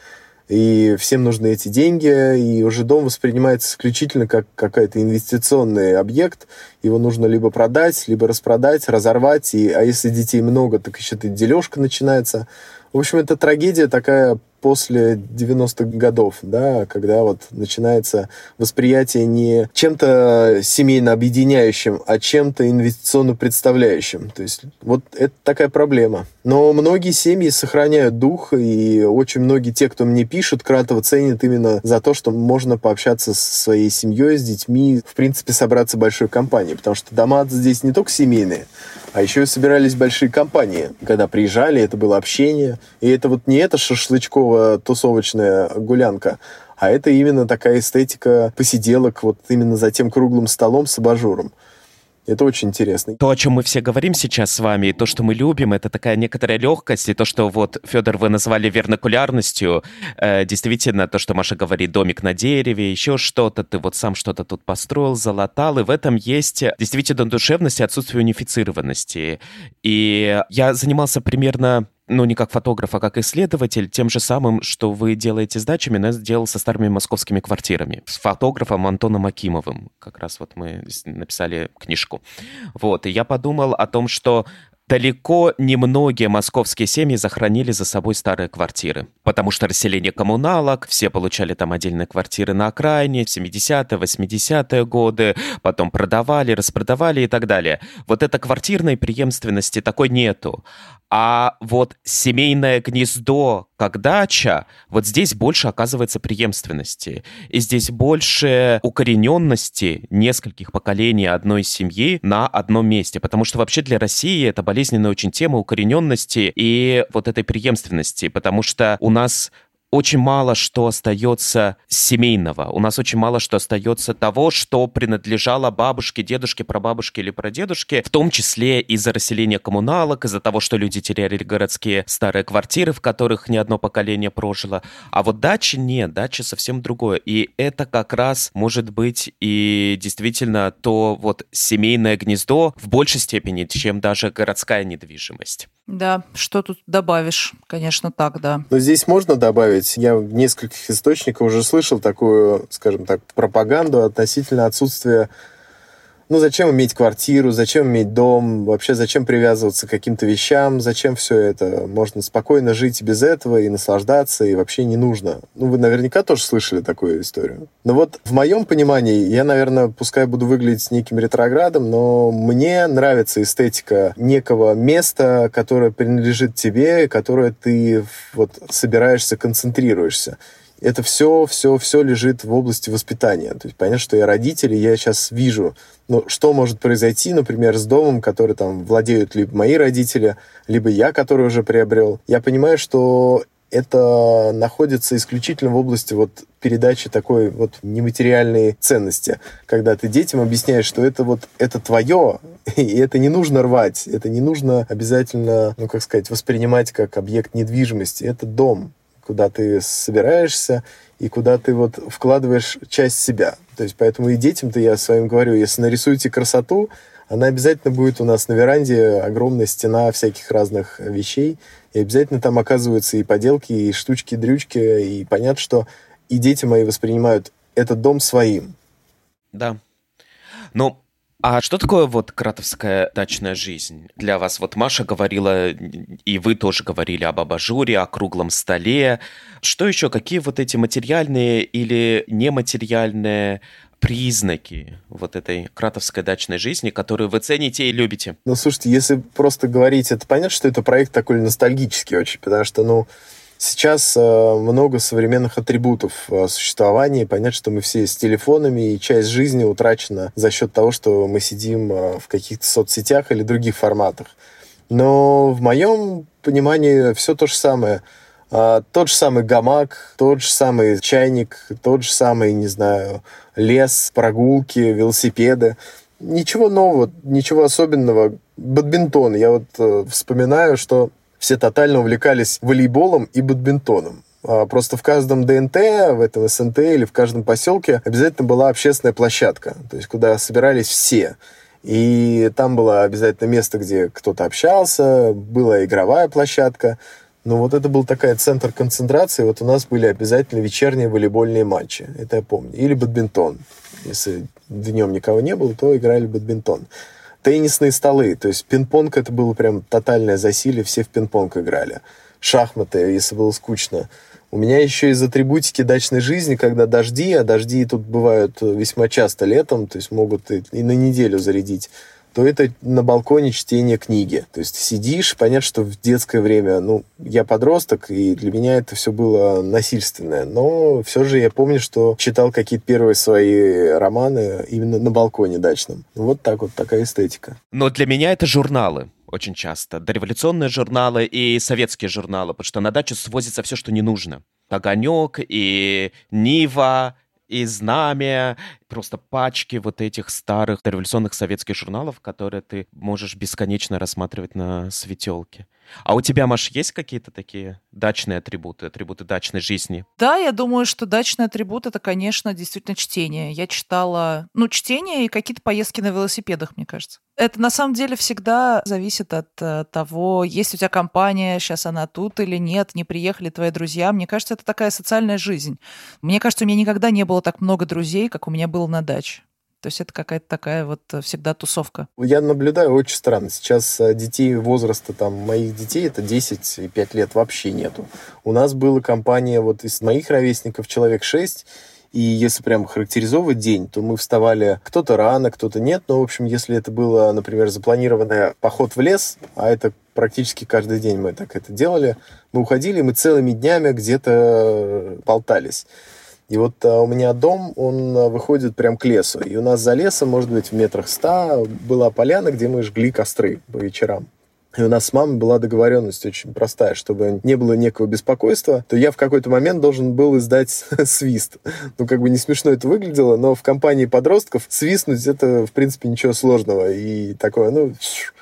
и всем нужны эти деньги, и уже дом воспринимается исключительно как какой-то инвестиционный объект. Его нужно либо продать, либо распродать, разорвать, и, а если детей много, так еще и дележка начинается. В общем, это трагедия такая после девяностых годов, да, когда вот начинается восприятие не чем-то семейно объединяющим, а чем-то инвестиционно представляющим. То есть вот это такая проблема. Но многие семьи сохраняют дух, и очень многие те, кто мне пишут, Кратова ценят именно за то, что можно пообщаться со своей семьей, с детьми, в принципе, собраться большой компанией, потому что дома здесь не только семейные, а еще и собирались большие компании. Когда приезжали, это было общение. И это вот не эта шашлычково-тусовочная гулянка, а это именно такая эстетика посиделок вот именно за тем круглым столом с абажуром. Это очень интересно. То, о чем мы все говорим сейчас с вами, и то, что мы любим, это такая некоторая легкость, и то, что вот, Федор, вы назвали вернокулярностью, э, действительно, то, что Маша говорит, домик на дереве, еще что-то, ты вот сам что-то тут построил, залатал, и в этом есть действительно душевность и отсутствие унифицированности. И я занимался примерно... ну, не как фотограф, а как исследователь, тем же самым, что вы делаете с дачами, но я сделал со старыми московскими квартирами. С фотографом Антоном Акимовым. Как раз вот мы написали книжку. Вот, и я подумал о том, что далеко не многие московские семьи сохранили за собой старые квартиры. Потому что расселение коммуналок, все получали там отдельные квартиры на окраине, в семидесятые, восьмидесятые годы, потом продавали, распродавали и так далее. Вот этой квартирной преемственности такой нету. А вот семейное гнездо, как дача, вот здесь больше оказывается преемственности. И здесь больше укорененности нескольких поколений одной семьи на одном месте. Потому что вообще для России это болезненная очень тема укорененности и вот этой преемственности. Потому что у нас... очень мало что остается семейного. У нас очень мало что остается того, что принадлежало бабушке, дедушке, прабабушке или прадедушке, в том числе из-за расселения коммуналок, из-за того, что люди теряли городские старые квартиры, в которых не одно поколение прожило. А вот дачи нет, дача совсем другое. И это как раз может быть и действительно то вот семейное гнездо в большей степени, чем даже городская недвижимость. Да, что тут добавишь? Конечно, так, да. Но здесь можно добавить, я в нескольких источниках уже слышал такую, скажем так, пропаганду относительно отсутствия, ну, зачем иметь квартиру, зачем иметь дом, вообще зачем привязываться к каким-то вещам, зачем все это? Можно спокойно жить и без этого, и наслаждаться, и вообще не нужно. Ну, вы наверняка тоже слышали такую историю. Но вот в моем понимании, я, наверное, пускай буду выглядеть неким ретроградом, но мне нравится эстетика некого места, которое принадлежит тебе, которое ты вот собираешься, концентрируешься. Это все, все, все лежит в области воспитания. То есть понятно, что я родитель, и я сейчас вижу, ну, что может произойти, например, с домом, который там владеют либо мои родители, либо я, который уже приобрел. Я понимаю, что это находится исключительно в области вот передачи такой вот нематериальной ценности, когда ты детям объясняешь, что это вот это твое, и это не нужно рвать, это не нужно обязательно, ну, как сказать, воспринимать как объект недвижимости. Это дом, куда ты собираешься и куда ты вот вкладываешь часть себя. То есть поэтому и детям-то я своим говорю, если нарисуете красоту, она обязательно будет у нас на веранде, огромная стена всяких разных вещей, и обязательно там оказываются и поделки, и штучки, и дрючки, и понятно, что и дети мои воспринимают этот дом своим. Да. Ну, а что такое вот кратовская дачная жизнь для вас? Вот Маша говорила, и вы тоже говорили об абажуре, о круглом столе. Что еще? Какие вот эти материальные или нематериальные признаки вот этой кратовской дачной жизни, которую вы цените и любите? Ну, слушайте, если просто говорить, это понятно, что это проект такой ностальгический очень, потому что, ну, сейчас э, много современных атрибутов э, существования. Понятно, что мы все с телефонами, и часть жизни утрачена за счет того, что мы сидим э, в каких-то соцсетях или других форматах. Но в моем понимании все то же самое. Э, тот же самый гамак, тот же самый чайник, тот же самый, не знаю, лес, прогулки, велосипеды. Ничего нового, ничего особенного. Бадминтон. Я вот э, вспоминаю, что все тотально увлекались волейболом и бадминтоном. Просто в каждом ДНТ, в этом СНТ или в каждом поселке обязательно была общественная площадка, то есть куда собирались все. И там было обязательно место, где кто-то общался, была игровая площадка. Но вот это был такой центр концентрации. Вот у нас были обязательно вечерние волейбольные матчи, это я помню. Или бадминтон. Если днем никого не было, то играли в бадминтон. Теннисные столы, то есть пинг-понг, это было прям тотальное засилье, все в пинг-понг играли. Шахматы, если было скучно. У меня еще из атрибутики дачной жизни, когда дожди, а дожди тут бывают весьма часто летом, то есть могут и, и на неделю зарядить, то это на балконе чтение книги. То есть сидишь, понятно, что в детское время, ну, я подросток, и для меня это все было насильственное, но все же я помню, что читал какие-то первые свои романы именно на балконе дачном. Вот так вот, такая эстетика. Но для меня это журналы. Очень часто. Дореволюционные журналы и советские журналы, потому что на дачу свозится все, что не нужно. Огонек и Нива, и Знамя, просто пачки вот этих старых дореволюционных советских журналов, которые ты можешь бесконечно рассматривать на светелке. А у тебя, Маш, есть какие-то такие дачные атрибуты, атрибуты дачной жизни? Да, я думаю, что дачный атрибут — это, конечно, действительно чтение. Я читала, ну, чтение и какие-то поездки на велосипедах, мне кажется. Это на самом деле всегда зависит от э, того, есть у тебя компания, сейчас она тут или нет, не приехали твои друзья. Мне кажется, это такая социальная жизнь. Мне кажется, у меня никогда не было так много друзей, как у меня было на даче. То есть это какая-то такая вот всегда тусовка. Я наблюдаю очень странно. Сейчас детей возраста там, моих детей, это десять и пять лет, вообще нету. У нас была компания вот из моих ровесников человек шесть, и если прям характеризовывать день, то мы вставали кто-то рано, кто-то нет. Но, в общем, если это было, например, запланированный поход в лес, а это практически каждый день мы так это делали, мы уходили, мы целыми днями где-то болтались. И вот а, у меня дом, он а, выходит прям к лесу. И у нас за лесом, может быть, в метрах ста была поляна, где мы жгли костры по вечерам. И у нас с мамой была договоренность очень простая, чтобы не было некого беспокойства, то я в какой-то момент должен был издать свист. Ну, как бы не смешно это выглядело, но в компании подростков свистнуть — это, в принципе, ничего сложного. И такое, ну...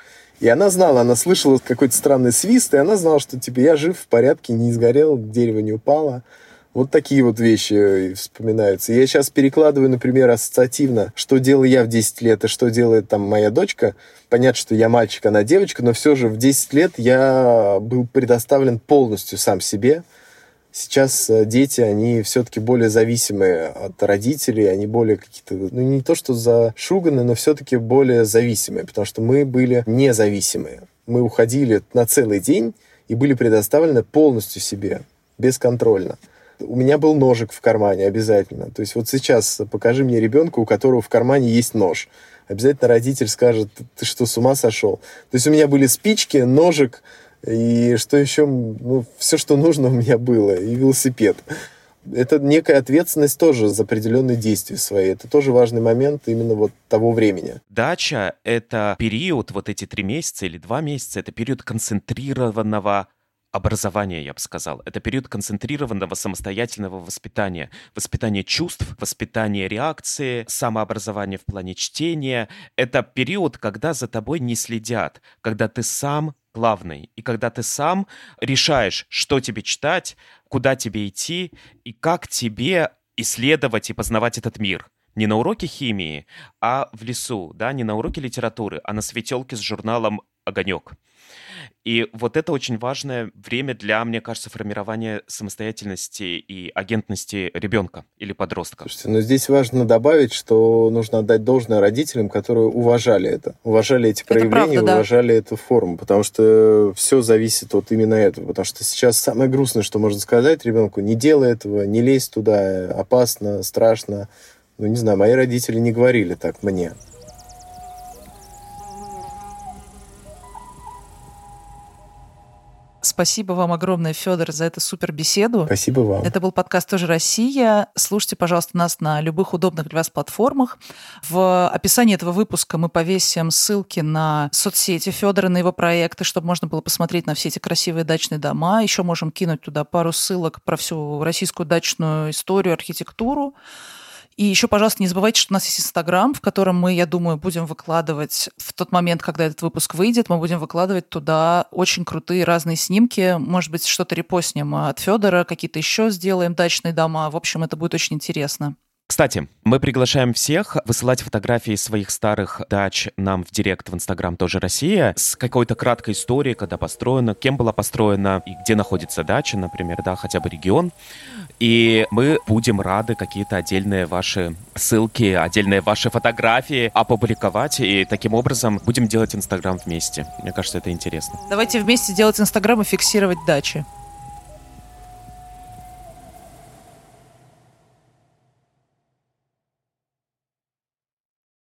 И она знала, она слышала какой-то странный свист, и она знала, что, типа, я жив, в порядке, не сгорел, дерево не упало. Вот такие вот вещи вспоминаются. Я сейчас перекладываю, например, ассоциативно, что делаю я в десять лет и что делает там моя дочка. Понятно, что я мальчик, она девочка, но все же в десять лет я был предоставлен полностью сам себе. Сейчас дети, они все-таки более зависимые от родителей, они более какие-то, ну не то что зашуганы, но все-таки более зависимые, потому что мы были независимые. Мы уходили на целый день и были предоставлены полностью себе, бесконтрольно. У меня был ножик в кармане обязательно. То есть вот сейчас покажи мне ребенка, у которого в кармане есть нож. Обязательно родитель скажет: ты что, с ума сошел? То есть у меня были спички, ножик, и что еще? Ну, все, что нужно, у меня было. И велосипед. Это некая ответственность тоже за определенные действия свои. Это тоже важный момент именно вот того времени. Дача — это период, вот эти три месяца или два месяца, это период концентрированного образования, я бы сказал. Это период концентрированного самостоятельного воспитания. Воспитание чувств, воспитание реакции, самообразование в плане чтения. Это период, когда за тобой не следят, когда ты сам главный, и когда ты сам решаешь, что тебе читать, куда тебе идти, и как тебе исследовать и познавать этот мир. Не на уроке химии, а в лесу, да, не на уроке литературы, а на светелке с журналом «Огонек». И вот это очень важное время для, мне кажется, формирования самостоятельности и агентности ребенка или подростка. Слушайте, но здесь важно добавить, что нужно отдать должное родителям, которые уважали это, уважали эти проявления, это правда, уважали да. эту форму, потому что все зависит от именно этого. Потому что сейчас самое грустное, что можно сказать ребенку: не делай этого, не лезь туда, опасно, страшно. Ну, не знаю, мои родители не говорили так мне. Спасибо вам огромное, Федор, за эту супер беседу. Спасибо вам. Это был подкаст «Тоже Россия». Слушайте, пожалуйста, нас на любых удобных для вас платформах. В описании этого выпуска мы повесим ссылки на соцсети Федора, на его проекты, чтобы можно было посмотреть на все эти красивые дачные дома. Еще можем кинуть туда пару ссылок про всю российскую дачную историю, архитектуру. И еще, пожалуйста, не забывайте, что у нас есть Инстаграм, в котором мы, я думаю, будем выкладывать в тот момент, когда этот выпуск выйдет, мы будем выкладывать туда очень крутые разные снимки. Может быть, что-то репостнем от Федора, какие-то еще сделаем дачные дома. В общем, это будет очень интересно. Кстати, мы приглашаем всех высылать фотографии своих старых дач нам в директ в Инстаграм «Тоже Россия» с какой-то краткой историей, когда построена, кем была построена и где находится дача, например, да, хотя бы регион. И мы будем рады какие-то отдельные ваши ссылки, отдельные ваши фотографии опубликовать, и таким образом будем делать Инстаграм вместе. Мне кажется, это интересно. Давайте вместе делать Инстаграм и фиксировать дачи.